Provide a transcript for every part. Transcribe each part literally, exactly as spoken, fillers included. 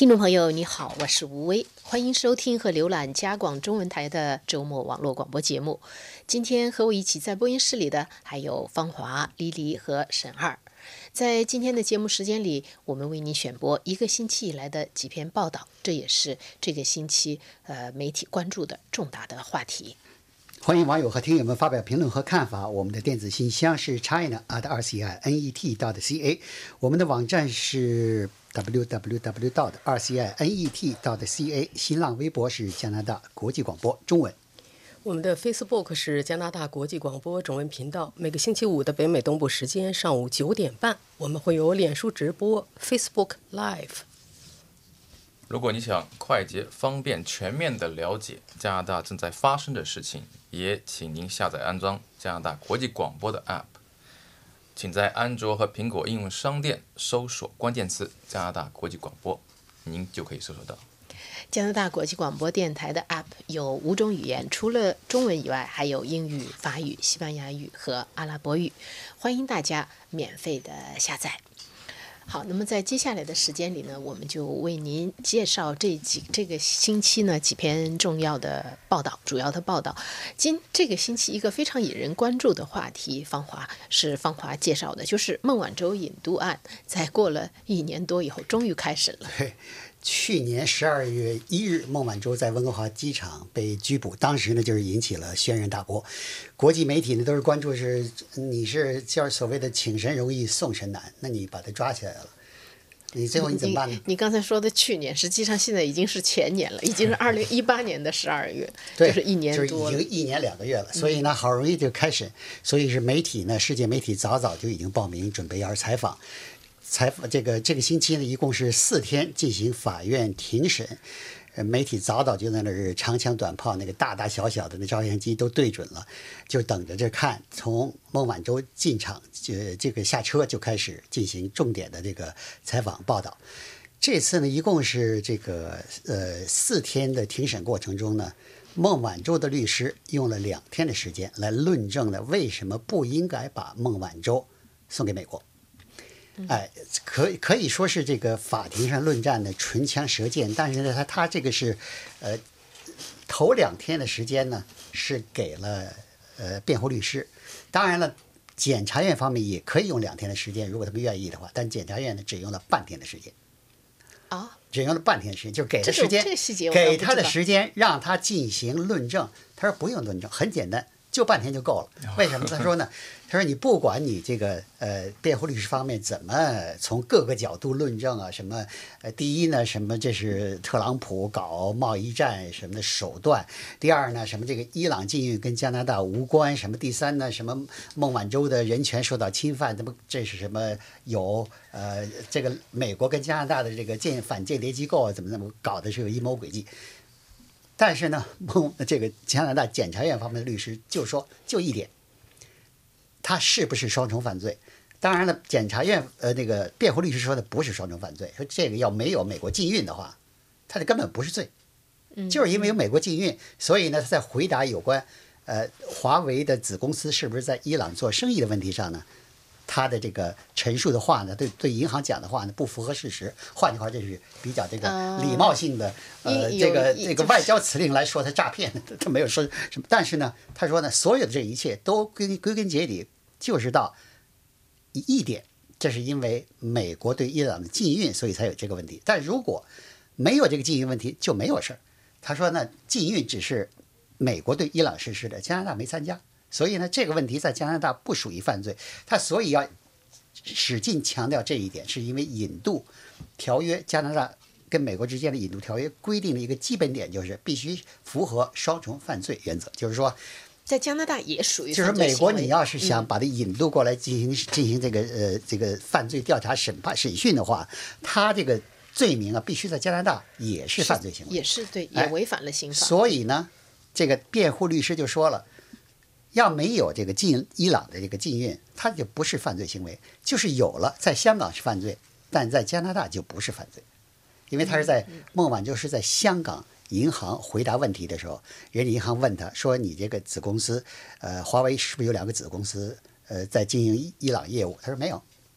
听众朋友你好，我是吴薇，欢迎收听和浏览加广中文台的周末网络广播节目。今天和我一起在播音室里的还有方华、黎黎和沈二。在今天的节目时间里，我们为您选播一个星期以来的几篇报道，这也是这个星期呃媒体关注的重大的话题。 欢迎网友和听友们发表评论和看法。我们的电子信箱是 china at r c i net dot c a， 我们的网站是 w w w dot r c i net dot c a， 新浪微博是加拿大国际广播中文。 我们的 Facebook 是加拿大国际广播中文频道，每个星期五的北美东部时间上午九点半，我们会有脸书直播 Facebook Live。 如果你想快捷、方便、全面地了解加拿大正在发生的事情，也请您下载安装加拿大国际广播的 App。请在安卓和苹果应用商店搜索关键词“加拿大国际广播”，您就可以搜索到。 加拿大国际广播电台的 App 有五种语言，除了中文以外，还有英语、法语、西班牙语和阿拉伯语，欢迎大家免费的下载。好，那么在接下来的时间里呢，我们就为您介绍这几这个星期呢几篇重要的报道，主要的报道。今这个星期一个非常引人关注的话题，芳华是芳华介绍的，就是孟晚舟引渡案，在过了一年多以后，终于开审了。 对。去年十二月一日，孟晚舟在温哥华机场被拘捕，当时呢就是引起了轩然大波，国际媒体呢都是关注是你是叫所谓的请神容易送神难，那你把他抓起来了，你最后你怎么办呢？ 你, 你刚才说的去年，实际上现在已经是前年了，已经是二零一八年的十二月，就是一年多了， 就是已经一年两个月了。所以呢，好容易就开审，所以是媒体呢，世界媒体早早就已经报名准备要采访。采访这个这个星期呢，一共是四天进行法院庭审，呃，媒体早早就在那儿长枪短炮，那个大大小小的那照相机都对准了，就等着这看。从孟晚舟进场，呃，这个下车就开始进行重点的这个采访报道。这次呢，一共是这个呃四天的庭审过程中呢，孟晚舟的律师用了两天的时间来论证了为什么不应该把孟晚舟送给美国。哎，可可以说是这个法庭上论战的唇枪舌剑，但是呢，他他这个是，呃，头两天的时间呢是给了呃辩护律师，当然了，检察院方面也可以用两天的时间，如果他们愿意的话，但检察院呢只用了半天的时间。 啊， 只用了半天的时间，就给他时间，给他的时间让他进行论证。他说不用论证，很简单。就半天就够了，为什么？他说呢？他说你不管你这个呃辩护律师方面怎么从各个角度论证啊，什么呃第一呢，什么这是特朗普搞贸易战什么的手段；第二呢，什么这个伊朗禁运跟加拿大无关；什么第三呢，什么孟晚舟的人权受到侵犯，怎么这是什么有呃这个美国跟加拿大的这个间反间谍机构啊，怎么怎么搞的是有阴谋诡计。但是呢，这个加拿大检察院方面的律师就说，就一点，他是不是双重犯罪？当然了，检察院呃那个辩护律师说的不是双重犯罪，说这个要没有美国禁运的话，他这根本不是罪，就是因为有美国禁运，所以呢，他在回答有关呃华为的子公司是不是在伊朗做生意的问题上呢，他的这个陈述的话呢，对对银行讲的话呢不符合事实。换句话，这是比较这个礼貌性的，呃，这个这个外交辞令来说他诈骗，他没有说什么。但是呢，他说呢，所有的这一切都归归根结底就是到一点，这是因为美国对伊朗的禁运，所以才有这个问题。但如果没有这个禁运问题，就没有事儿。他说呢，禁运只是美国对伊朗实施的，加拿大没参加。所以呢，这个问题在加拿大不属于犯罪，他所以要使劲强调这一点，是因为引渡条约，加拿大跟美国之间的引渡条约规定的一个基本点就是必须符合双重犯罪原则，就是说， 在加拿大也属于就是美国你要是想把它引渡过来进行、嗯、进行这个呃这个犯罪调查、审判、审讯的话，他这个罪名啊必须在加拿大也是犯罪行为， 也是对，也违反了刑法。 哎、所以呢，这个辩护律师就说了。要没有这个禁伊朗的这个禁运，它就不是犯罪行为；就是有了，在香港是犯罪，但在加拿大就不是犯罪，因为他是在孟晚舟是在香港银行回答问题的时候，人家银行问他说：“你这个子公司，呃，华为是不是有两个子公司，呃，在经营伊朗业务？”他说没有。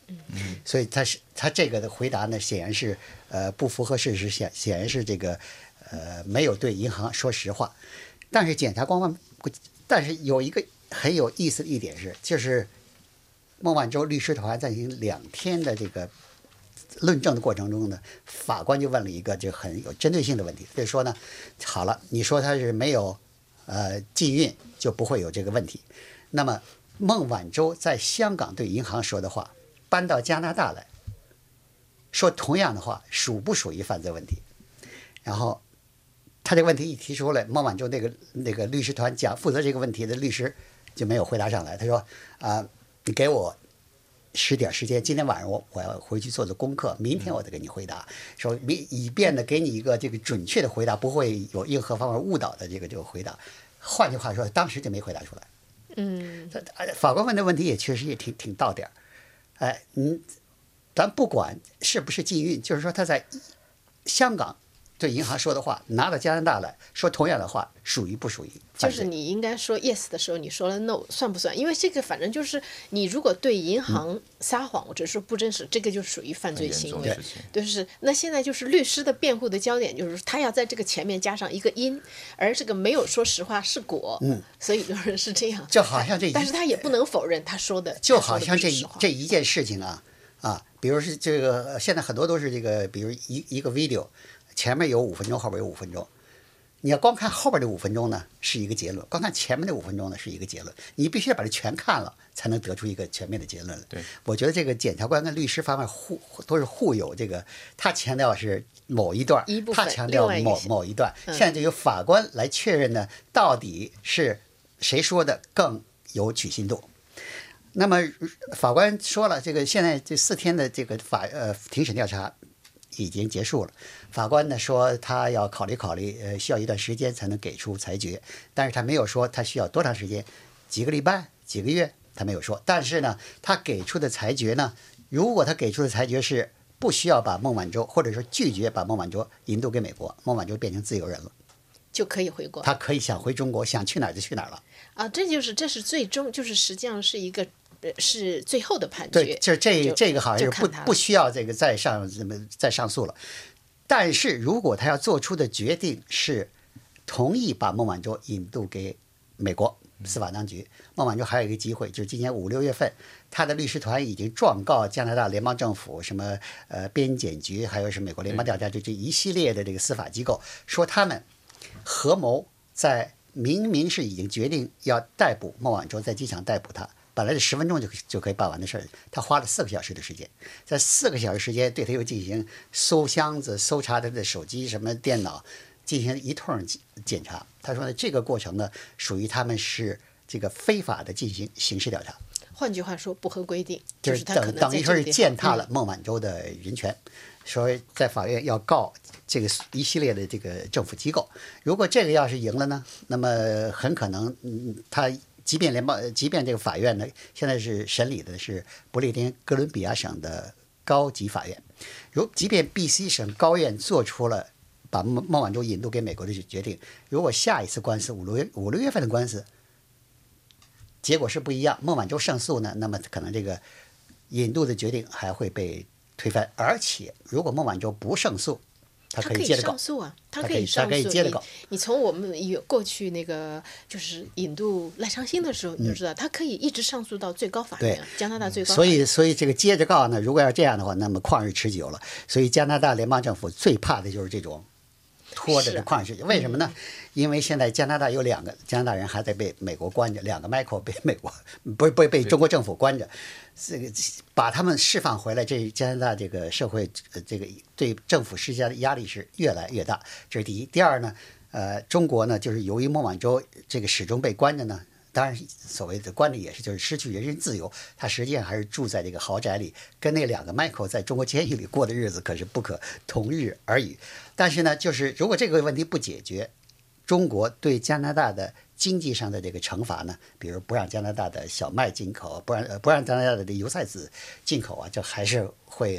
嗯，所以他是他这个的回答呢，显然是呃不符合事实，显显然是这个呃没有对银行说实话。但是检察官，但是有一个很有意思的一点是，就是孟晚舟律师团在进行两天的这个论证的过程中呢，法官就问了一个就很有针对性的问题，就是说呢，好了，你说他是没有呃禁运，就不会有这个问题。那么孟晚舟在香港对银行说的话，搬到加拿大来说同样的话，属不属于犯罪问题？然后他这个问题一提出来，孟晚舟那个那个律师团讲负责这个问题的律师就没有回答上来。他说啊、呃，你给我十点时间，今天晚上我我要回去做做功课，明天我再给你回答，说明以便呢给你一个这个准确的回答，不会有任何方面误导的这个这个回答。换句话说，当时就没回答出来。 嗯， 法官问的问题也确实也挺挺到点儿。哎，嗯，咱不管是不是禁运，就是说他在香港对银行说的话，拿到加拿大来说同样的话，属于不属于？ 就是你应该说 yes 的时候，你说了 no， 算不算？因为这个反正就是你如果对银行撒谎或者说不真实，这个就属于犯罪行为。就是那现在就是律师的辩护的焦点就是他要在这个前面加上一个因，而这个没有说实话是果， 嗯， 所以就是是这样。 就好像这， 但是他也不能否认他说的， 就好像这一这一件事情啊啊，比如是这个现在很多都是这个，比如一一个 video 前面有五分钟，后边有五分钟。你要光看后边的五分钟呢，是一个结论；光看前面的五分钟呢，是一个结论。你必须要把它全看了，才能得出一个全面的结论。 对， 我觉得这个检察官跟律师方面互都是互有这个，他强调是某一段， 一部分他强调某某一段。 嗯、 现在就由法官来确认呢，到底是谁说的更有取信度。那么法官说了，这个现在这四天的这个法呃庭审调查已经结束了。法官呢说他要考虑考虑，呃，需要一段时间才能给出裁决，但是他没有说他需要多长时间，几个礼拜、几个月，他没有说。但是呢，他给出的裁决呢，如果他给出的裁决是不需要把孟晚舟，或者说拒绝把孟晚舟引渡给美国，孟晚舟变成自由人了， 就可以回国， 他可以想回中国，想去哪儿就去哪儿了。 啊，这就是这是最终就是实际上是一个。是最后的判决， 对，就这这个好像是不不需要这个再上怎么再上诉了。但是如果他要做出的决定是同意把孟晚舟引渡给美国司法当局，孟晚舟还有一个机会，就是今年五六月份，他的律师团已经状告加拿大联邦政府、什么呃边检局，还有是美国联邦调查局这一系列的这个司法机构，说他们合谋在明明是已经决定要逮捕孟晚舟，在机场逮捕他。本来是十分钟就就可以办完的事儿，他花了四个小时的时间，在四个小时时间对他又进行搜箱子、搜查他的手机、什么电脑，进行一通检查。他说呢，这个过程呢，属于他们是这个非法的进行刑事调查。 换句话说，不合规定， 就是等等于说是践踏了孟晚舟的人权，所以在法院要告这个一系列的这个政府机构。如果这个要是赢了呢，那么很可能，嗯，他。即便联邦，即便这个法院呢，现在是审理的是不列颠哥伦比亚省的高级法院，如即便 B C 省高院做出了把孟孟晚舟引渡给美国的决定，如果下一次官司五六月五六月份的官司结果是不一样，孟晚舟胜诉呢，那么可能这个引渡的决定还会被推翻，而且如果孟晚舟不胜诉。 他可以接着上诉啊，他可以上诉。 他可以接着搞。 你从我们有过去那个就是引渡赖昌星的时候，你就知道、嗯、他可以一直上诉到最高法院，加拿大最高法院。 所以，所以这个接着告呢，如果要这样的话，那么旷日持久了。所以加拿大联邦政府最怕的就是这种拖着的旷日持久。为什么呢？因为现在加拿大有两个加拿大人还在被美国关着，两个 Michael 被美国不不被中国政府关着。这个把他们释放回来，这加拿大这个社会，呃，这个对政府施加的压力是越来越大。这是第一。第二呢，呃，中国呢，就是由于孟晚舟这个始终被关着呢，当然所谓的关着也是就是失去人身自由，他实际上还是住在这个豪宅里，跟那两个 Michael 在中国监狱里过的日子可是不可同日而语。但是呢，就是如果这个问题不解决，中国对加拿大的经济上的这个惩罚呢，比如不让加拿大的小麦进口，不让不让加拿大的油菜籽进口啊，这还是会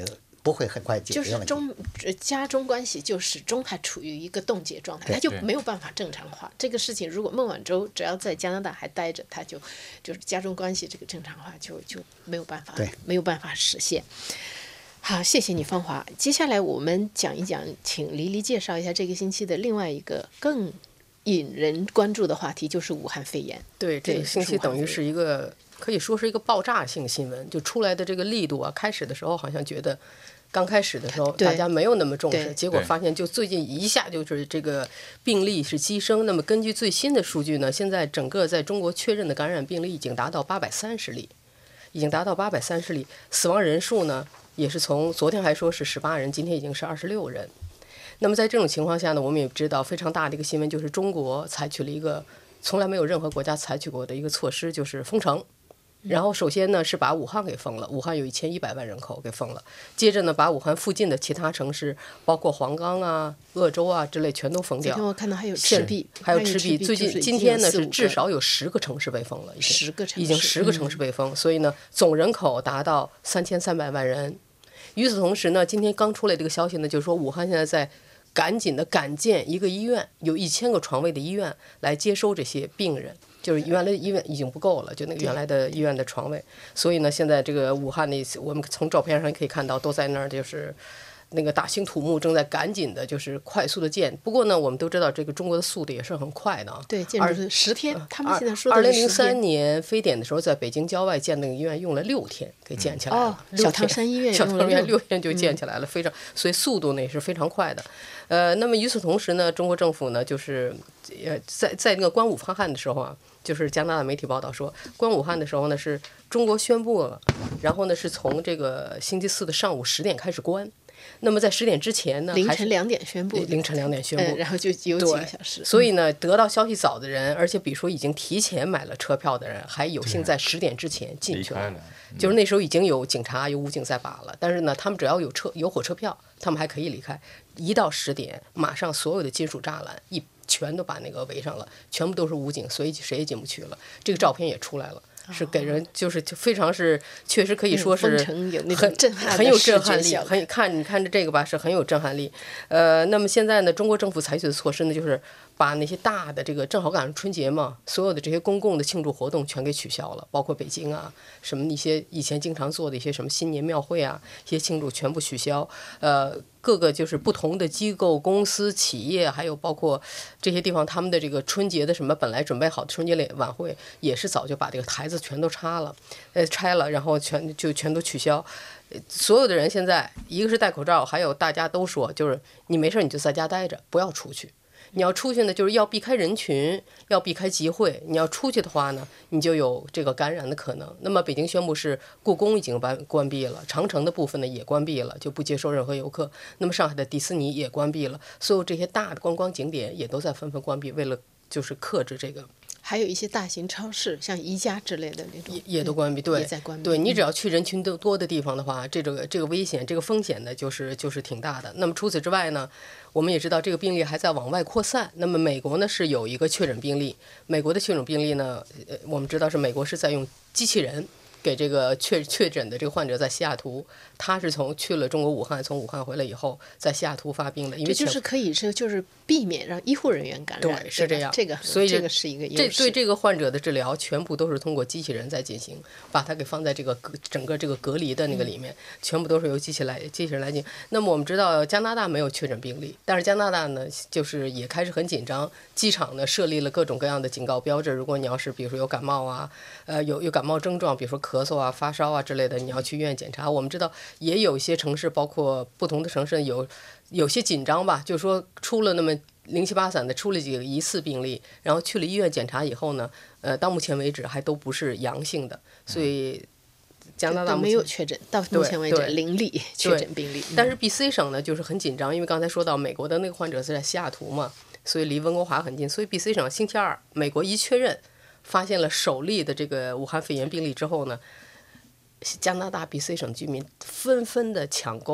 不会很快解决就是中加中关系就始终还处于一个冻结状态，它就没有办法正常化。这个事情如果孟晚舟只要在加拿大还待着，他就就是加中关系这个正常化就就没有办法，没有办法实现。好，谢谢你芳华。接下来我们讲一讲，请黎黎介绍一下这个星期的另外一个更引人关注的话题，就是武汉肺炎。 对，这个星期等于是一个可以说是一个爆炸性新闻，就出来的这个力度啊，开始的时候好像觉得刚开始的时候大家没有那么重视，结果发现就最近一下就是这个病例是激升。那么根据最新的数据呢，现在整个在中国确认的感染病例已经达到八百三十例，已经达到八百三十例，死亡人数呢也是从昨天还说是十八人，今天已经是二十六人。那么在这种情况下呢，我们也知道非常大的一个新闻，就是中国采取了一个从来没有任何国家采取过的一个措施，就是封城。然后首先呢是把武汉给封了，武汉有一千一百万人口给封了，接着呢把武汉附近的其他城市，包括黄冈啊、鄂州啊之类全都封掉。 今天我看到还有赤壁， 还有赤壁，最近今天呢是至少有十个城市被封了，已经十个城市， 已经十个城市被封，嗯、所以呢总人口达到三千三百万人。与此同时呢，今天刚出来这个消息呢，就是说武汉现在在赶紧的赶建一个医院，有一千个床位的医院来接收这些病人。就是原来的医院已经不够了，就那个原来的医院的床位，所以呢，现在这个武汉的，我们从照片上可以看到，都在那儿，就是那个大兴土木，正在赶紧的，就是快速的建。不过呢，我们都知道这个中国的速度也是很快的啊。 对，建筑十天，他们现在说的二零零三年非典的时候，在北京郊外建那个医院用了六天给建起来了。 哦，小唐山医院小唐山六天就建起来了，非常，所以速度呢也是非常快的。呃，那么与此同时呢，中国政府呢就是呃在在那个关武汉的时候啊。就是加拿大媒体报道说，关武汉的时候呢，是中国宣布了，然后呢是从这个星期四的上午十点开始关。那么在十点之前呢， 凌晨两点宣布， 凌晨两点宣布、 嗯，然后就有几个小时。 所以呢，得到消息早的人，而且比如说已经提前买了车票的人，还有幸在十点之前进去了。 了嗯、 就是那时候已经有警察、有武警在把了，但是呢，他们只要有车、有火车票，他们还可以离开。一到十点，马上所有的金属栅栏一。全都把那个围上了，全部都是武警，所以谁也进不去了。这个照片也出来了，是给人就是非常是确实可以说是很很有震撼力，很看你看着这个吧是很有震撼力。呃，那么现在呢，中国政府采取的措施呢，就是把那些大的这个正好赶上春节嘛，所有的这些公共的庆祝活动全给取消了，包括北京啊什么一些以前经常做的一些什么新年庙会啊，一些庆祝全部取消。呃。各个就是不同的机构、公司、企业，还有包括这些地方，他们的这个春节的什么本来准备好的春节晚会，也是早就把这个台子全都插了，呃，拆了，然后全就全都取消。所有的人现在，一个是戴口罩，还有大家都说，就是你没事你就在家待着，不要出去。你要出去呢，就是要避开人群，要避开集会。你要出去的话呢，你就有这个感染的可能。那么北京宣布是故宫已经关关闭了，长城的部分呢也关闭了，就不接受任何游客。那么上海的迪士尼也关闭了，所有这些大的观光景点也都在纷纷关闭，为了就是克制这个。 还有一些大型超市，像宜家之类的那种， 也也都关闭。对， 也在关闭。 对你只要去人群多多的地方的话，这个这个危险、这个风险呢，就是就是挺大的。那么除此之外呢，我们也知道这个病例还在往外扩散。那么美国呢是有一个确诊病例，美国的确诊病例呢，呃，我们知道是美国是在用机器人给这个确确诊的这个患者在西雅图，他是从去了中国武汉，从武汉回来以后，在西雅图发病的，因为这就是可以是就是避免让医护人员感染， 对，是这样。 这个所以这个是一个优势。 这对这个患者的治疗全部都是通过机器人在进行，把它给放在这个整个这个隔离的那个里面，嗯、全部都是由机器来机器人来进。那么我们知道加拿大没有确诊病例，但是加拿大呢，就是也开始很紧张，机场呢设立了各种各样的警告标志，如果你要是比如说有感冒啊，呃有有感冒症状，比如说咳嗽啊、发烧啊之类的，你要去医院检查。我们知道也有一些城市，包括不同的城市有有些紧张吧，就是说出了那么零七八散的出了几个疑似病例，然后去了医院检查以后呢，呃，到目前为止还都不是阳性的，所以加拿大没有确诊，到目前为止零例确诊病例。 但是 B C 省呢就是很紧张，因为刚才说到美国的那个患者是在西雅图嘛，所以离温哥华很近，所以 B C 省星期二美国一确认发现了首例的这个武汉肺炎病例之后呢，加拿大 B C 省居民纷纷的抢购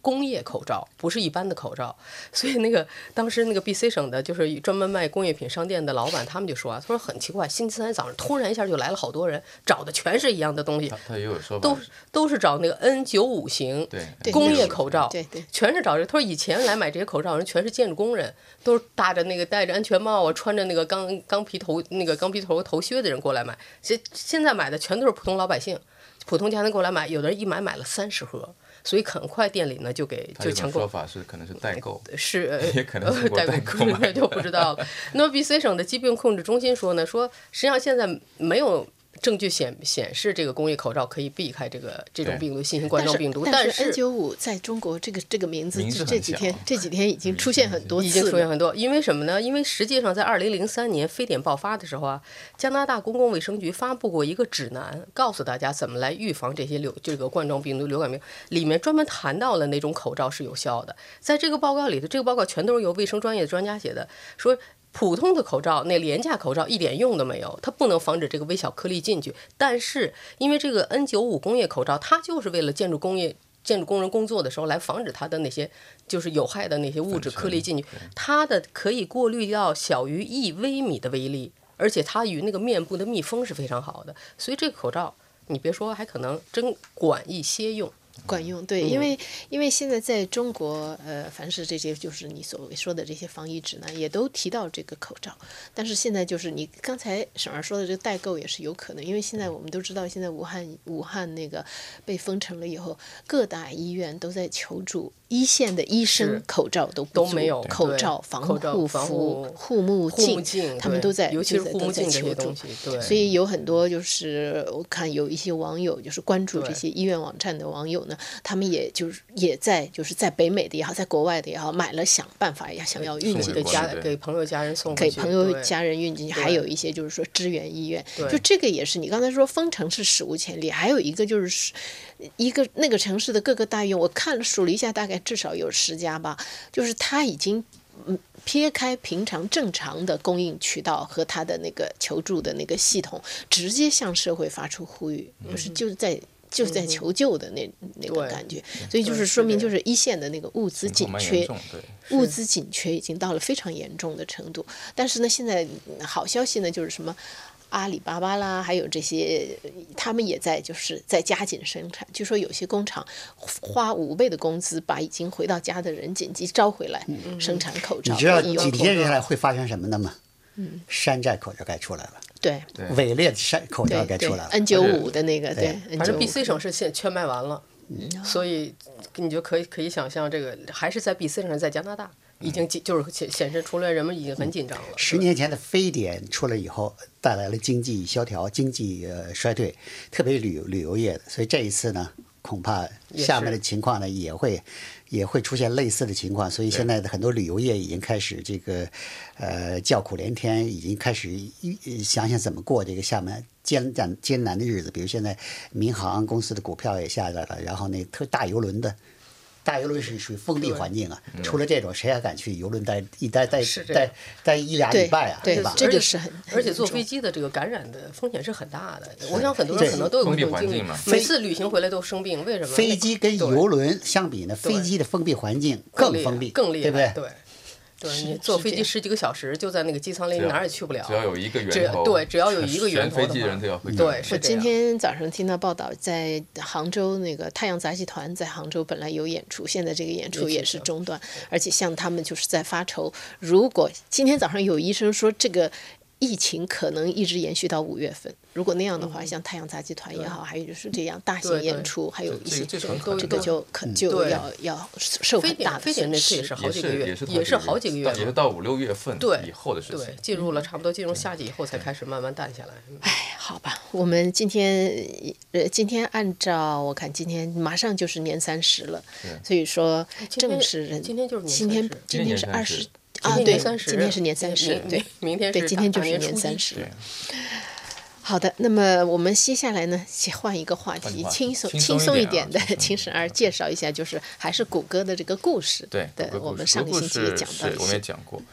工业口罩，不是一般的口罩。所以那个当时那个 B C 省的就是专门卖工业品商店的老板，他们就说啊，他说很奇怪，星期三早上突然一下就来了好多人，找的全是一样的东西， 他他也有说法， 都都是找那个 N 九十五 型对工业口罩， 对对， 全是找这。他说以前来买这些口罩人全是建筑工人，都是戴着那个戴着安全帽啊，穿着那个钢钢皮头那个钢皮头头靴的人过来买。现现在买的全都是普通老百姓。普通家庭过来买，有的人一买买了三十盒，所以很快店里呢就给就抢购。 说法是可能是代购， 是也可能是代购买就不知道了。那么 B C 省的疾病控制中心说呢，说实际上现在没有证据显显示这个工业口罩可以避开这个这种病毒新型冠状病毒， 但是 N 九十五在中国这个这个名字这几天这几天已经出现很多次， 已经出现很多。因为什么呢？因为实际上在二零零三年非典爆发的时候啊，加拿大公共卫生局发布过一个指南，告诉大家怎么来预防这些流这个冠状病毒、流感病，里面专门谈到了哪种口罩是有效的。在这个报告里头，这个报告全都是由卫生专业的专家写的，说。普通的口罩，那廉价口罩一点用都没有，它不能防止这个微小颗粒进去。但是因为这个 N 九十五 工业口罩，它就是为了建筑工业建筑工人工作的时候来防止它的那些就是有害的那些物质颗粒进去，它的可以过滤掉小于一微米的微粒，而且它与那个面部的密封是非常好的，所以这个口罩你别说，还可能真管一些用。 管用，对，因为因为现在在中国，呃，凡是这些就是你所谓说的这些防疫指南，也都提到这个口罩。但是现在就是你刚才沈儿说的这个代购也是有可能，因为现在我们都知道，现在武汉武汉那个被封城了以后，各大医院都在求助。一线的医生口罩都都没有， 口罩、防护服、护目镜，他们都在， 尤其是护目镜这些东西。对， 所以有很多就是我看有一些网友就是关注这些医院网站的网友呢，他们也就是也在就是在北美的也好，在国外的也好，买了想办法呀，想要运进给家给朋友家人送给朋友家人运进去，还有一些就是说支援医院，就这个也是你刚才说封城是史无前例，还有一个就是一个那个城市的各个大医院，我看了数了一下，大概至少有十家吧，就是他已经嗯撇开平常正常的供应渠道和他的那个求助的那个系统，直接向社会发出呼吁，就是就是在就是在求救的那那个感觉，所以就是说明就是一线的那个物资紧缺，物资紧缺已经到了非常严重的程度。但是呢，现在好消息呢就是什么？阿里巴巴啦，还有这些，他们也在就是在加紧生产。据说有些工厂花五倍的工资把已经回到家的人紧急招回来，嗯、生产口罩。 你知道几天接下来会发生什么的吗？嗯，山寨口罩该出来了。 对， 伪劣山口罩该出来了。 N 九十五 的那个，对， 反正 B C 省是现全卖完了，嗯、所以你就可以可以想象，这个还是在 B C 省，在加拿大。已经就是显显示出来，人们已经很紧张了。 十年前的非典出来以后，带来了经济萧条、经济呃衰退，特别旅游旅游业的。所以这一次呢，恐怕下面的情况呢也会也会出现类似的情况。所以现在的很多旅游业已经开始这个呃叫苦连天，已经开始想想怎么过这个下面艰难艰难的日子。比如现在民航公司的股票也下来了，然后那特大游轮的。大游轮是属于封闭环境啊，除了这种，谁还敢去游轮待一待待待待一俩礼拜啊？ 对吧？ 这个是很， 而且坐飞机的这个感染的风险是很大的。我想很多人可能都有这种经历，每次旅行回来都生病，为什么？ 飞机跟游轮相比呢，飞机的封闭环境更封闭， 更厉害， 对不对？ 对。对你坐飞机十几个小时，就在那个机舱里，哪儿也去不了。 只要有一个源头， 对，只要有一个源头的话， 全飞机人都要回家。 对， 我今天早上听到报道，在杭州那个太阳杂技团在杭州本来有演出，现在这个演出也是中断，而且像他们就是在发愁，如果今天早上有医生说这个疫情可能一直延续到五月份。如果那样的话，像太阳杂技团也好，还有就是这样大型演出，还有一些这个就可就要要受很大的损失。 也是好几个月，也是好几个月， 也是到五六月份以后的事情。 对，进入了差不多进入夏季以后才开始慢慢淡下来。 哎，好吧，我们今天呃今天按照我看，今天马上就是年三十了，所以说正是人今天就是今天今天是二十。啊，对，今天是年三十，对， 明天对，今天就是年三十。好的，那么我们接下来呢，换一个话题，轻松轻松一点的，请沈儿介绍一下，就是还是谷歌的这个故事。 对， 我们上个星期也讲到一些， 我们也讲过。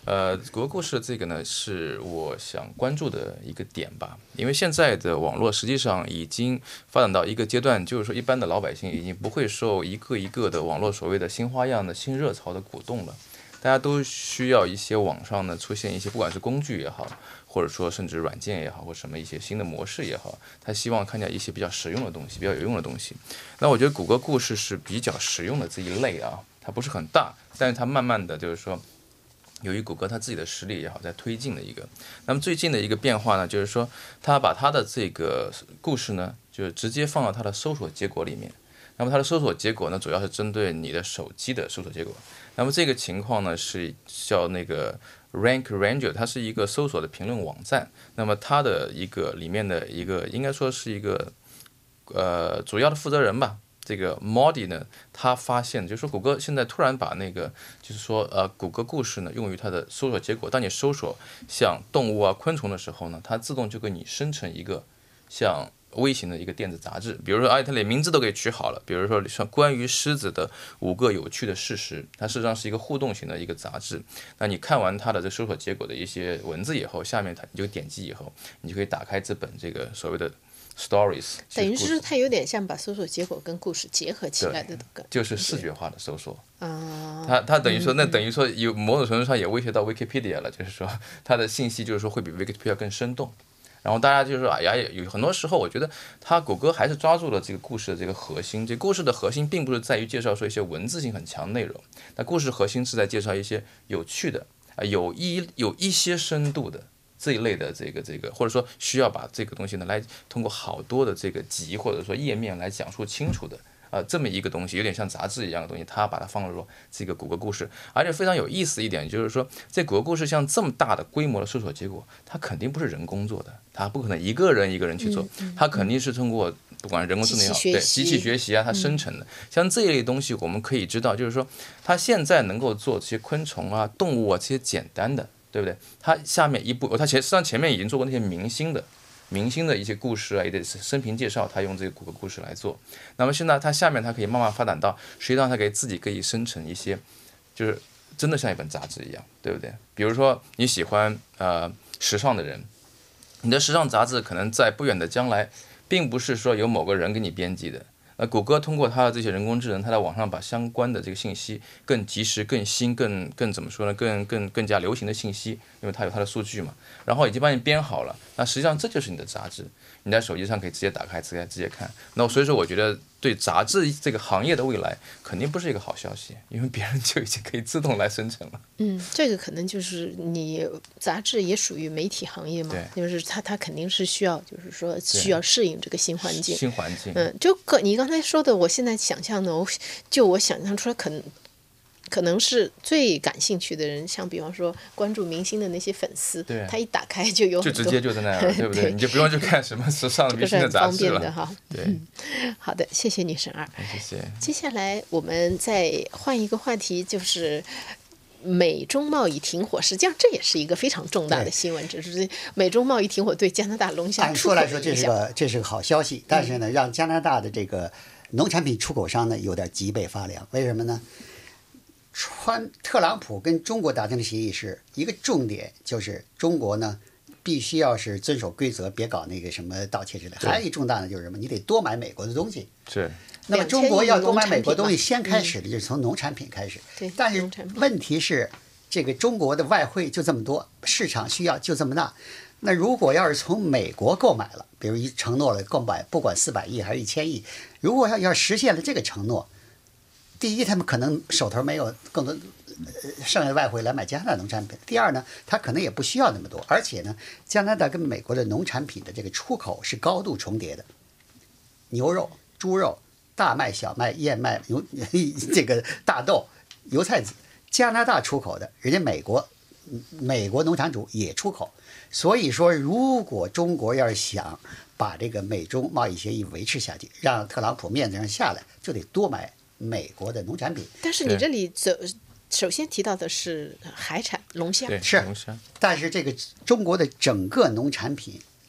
呃，谷歌故事这个呢，是我想关注的一个点吧，因为现在的网络实际上已经发展到一个阶段，就是说一般的老百姓已经不会受一个一个的网络所谓的新花样的新热潮的鼓动了，大家都需要一些网上呢出现一些不管是工具也好，或者说甚至软件也好，或什么一些新的模式也好，他希望看见一些比较实用的东西，比较有用的东西。那我觉得谷歌故事是比较实用的这一类啊，它不是很大，但是它慢慢的就是说。由于谷歌它自己的实力也好，在推进的一个，那么最近的一个变化呢，就是说它把它的这个故事呢，就是直接放到它的搜索结果里面。那么它的搜索结果呢，主要是针对你的手机的搜索结果。那么这个情况呢，是叫那个 Rank Ranger， 它是一个搜索的评论网站。那么它的一个里面的一个，应该说是一个呃主要的负责人吧。这个 Modi 呢，他发现就是说，谷歌现在突然把那个，就是说，呃，谷歌故事呢，用于它的搜索结果。当你搜索像动物啊、昆虫的时候呢，它自动就给你生成一个像微型的一个电子杂志。比如说，哎，它连名字都给取好了。比如说，像关于狮子的五个有趣的事实，它事实上是一个互动型的一个杂志。那你看完它的这搜索结果的一些文字以后，下面它你就点击以后，你就可以打开这本这个所谓的。Stories 等于是它有点像把搜索结果跟故事结合起来的， 就是视觉化的搜索啊。 它它等于说，那等于说有某种程度上也威胁到 Wikipedia 了，就是说它的信息就是说会比 Wikipedia 更生动。然后大家就是说，哎呀，有很多时候我觉得它谷歌还是抓住了这个故事的这个核心。这故事的核心并不是在于介绍说一些文字性很强的内容，那故事核心是在介绍一些有趣的啊，有一有一些深度的。这一类的这个这个，或者说需要把这个东西呢，来通过好多的这个集或者说页面来讲述清楚的，呃，这么一个东西，有点像杂志一样的东西，它把它放入这个谷歌故事，而且非常有意思一点就是说，这谷歌故事像这么大的规模的搜索结果，它肯定不是人工做的，它不可能一个人一个人去做，它肯定是通过不管人工智能也好，对机器学习啊，它生成的。像这一类东西，我们可以知道，就是说，它现在能够做这些昆虫啊、动物啊这些简单的。对不对？他下面一步，他前实际上前面已经做过那些明星的、明星的一些故事啊，也得生平介绍，他用这个谷歌故事来做。那么现在他下面他可以慢慢发展到，实际上他可以自己可以生成一些，就是真的像一本杂志一样，对不对？比如说你喜欢呃时尚的人，你的时尚杂志可能在不远的将来，并不是说由某个人给你编辑的。那谷歌通过它的这些人工智能，它在网上把相关的这个信息更及时、更新、更更怎么说呢？更更更加流行的信息，因为它有它的数据嘛，然后已经帮你编好了。那实际上这就是你的杂志，你在手机上可以直接打开、直接直接看。那所以说，我觉得对杂志这个行业的未来肯定不是一个好消息，因为别人就已经可以自动来生成了。 嗯，这个可能就是你杂志也属于媒体行业嘛，就是它它肯定是需要，就是说需要适应这个新环境。 新环境。 嗯，就可你刚才说的，我现在想象的，我就我想象出来，可能可能是最感兴趣的人，像比方说关注明星的那些粉丝， 对， 他一打开就有很多，就直接就在那儿，对不对？对，你就不用去看什么时尚明星的杂志了。 这个是很方便的哈。 对、 嗯，好的，谢谢你，沈二。 谢谢。 接下来我们再换一个话题，就是美中贸易停火，实际上这也是一个非常重大的新闻，只是美中贸易停火对加拿大龙虾出口的影响。 按说来说，这是个这是个好消息，但是呢，嗯、让加拿大的这个农产品出口商呢有点脊背发凉。为什么呢？川特朗普跟中国达成的协议是一个重点，就是中国呢必须要是遵守规则，别搞那个什么盗窃之类。还有一重大的就是什么？你得多买美国的东西。 是。 那么中国要多买美国东西，先开始的就是从农产品开始。 对。 但是问题是，这个中国的外汇就这么多，市场需要就这么大。那如果要是从美国购买了，比如一承诺了购买，不管四百亿还是一千亿，如果要要实现了这个承诺。第一，他们可能手头没有更多剩下的外汇来买加拿大农产品。第二呢，他可能也不需要那么多。而且呢，加拿大跟美国的农产品的这个出口是高度重叠的，牛肉、猪肉、大麦、小麦、燕麦、油这个大豆、油菜籽，加拿大出口的，人家美国美国农场主也出口。所以说，如果中国要是想把这个美中贸易协议维持下去，让特朗普面子上下来，就得多买美国的农产品。 但是你这里走首先提到的是海产龙虾， 是，但是这个中国的整个农产品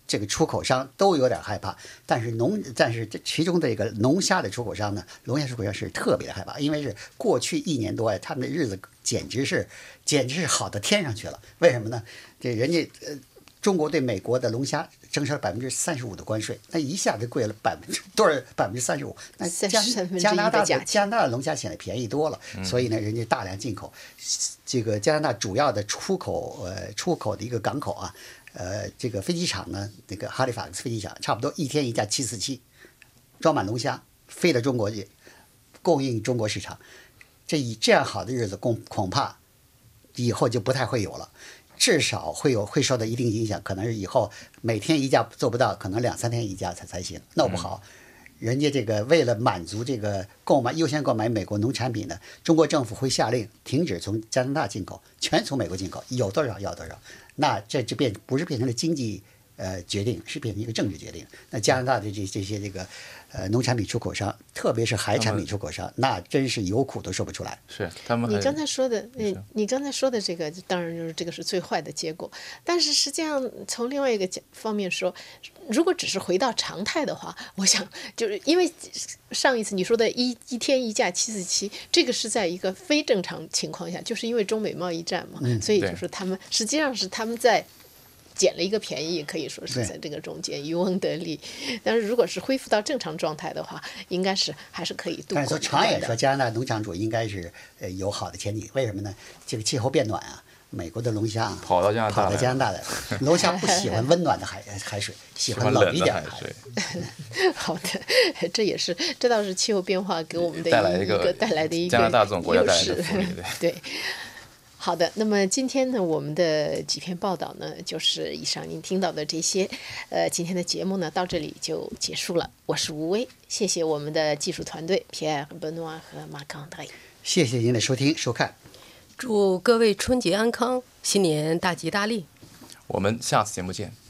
这个出口商都有点害怕，但是农但是这其中的这个龙虾的出口商呢，龙虾出口商是特别的害怕，因为是过去一年多呀，他们的日子简直是简直是好到天上去了。为什么呢？这人家呃中国对美国的龙虾征收了百分之三十五的关税，那一下子贵了百分之多少？百分之三十五。那加加拿大的加拿大的龙虾显得便宜多了， 嗯、 所以呢，人家大量进口。这个加拿大主要的出口呃出口的一个港口啊。呃，这个飞机场呢，那个哈利法克斯飞机场，差不多一天一架七四七，装满龙虾飞到中国去，供应中国市场。这以这样好的日子，恐恐怕以后就不太会有了，至少会有会受到一定影响。可能是以后每天一架做不到，可能两三天一架才才行，弄不好。嗯人家这个为了满足这个购买优先购买美国农产品呢，中国政府会下令停止从加拿大进口，全从美国进口，有多少要多少。那这就变不是变成了经济呃决定，是变成一个政治决定。那加拿大的这这些这个呃农产品出口商，特别是海产品出口商，那真是有苦都说不出来。 是他们。 你刚才说的，你你刚才说的这个，当然就是这个是最坏的结果。但是实际上从另外一个方面说，如果只是回到常态的话，我想就是因为上一次你说的一一天一架七四七，这个是在一个非正常情况下，就是因为中美贸易战嘛， 嗯、 所以就是他们实际上是他们在捡了一个便宜，可以说是在这个中间渔翁得利。但是如果是恢复到正常状态的话，应该是还是可以度过的。 但是从长远说，加拿大农场主应该是呃有好的前景。为什么呢？这个气候变暖啊。美国的龙虾跑到加拿大， 跑到加拿大来，龙虾不喜欢温暖的海海水，喜欢冷一点的海水。好的，这也是这倒是气候变化给我们的一个带来的一个加拿大这种国家带来的福利。 对。好的，那么今天呢，我们的几篇报道呢，就是以上您听到的这些。呃，今天的节目呢，到这里就结束了。我是吴薇，谢谢我们的技术团队皮埃尔、本诺瓦和马康德。 谢谢您的收听收看。 祝各位春节安康，新年大吉大利。 我们下次节目见。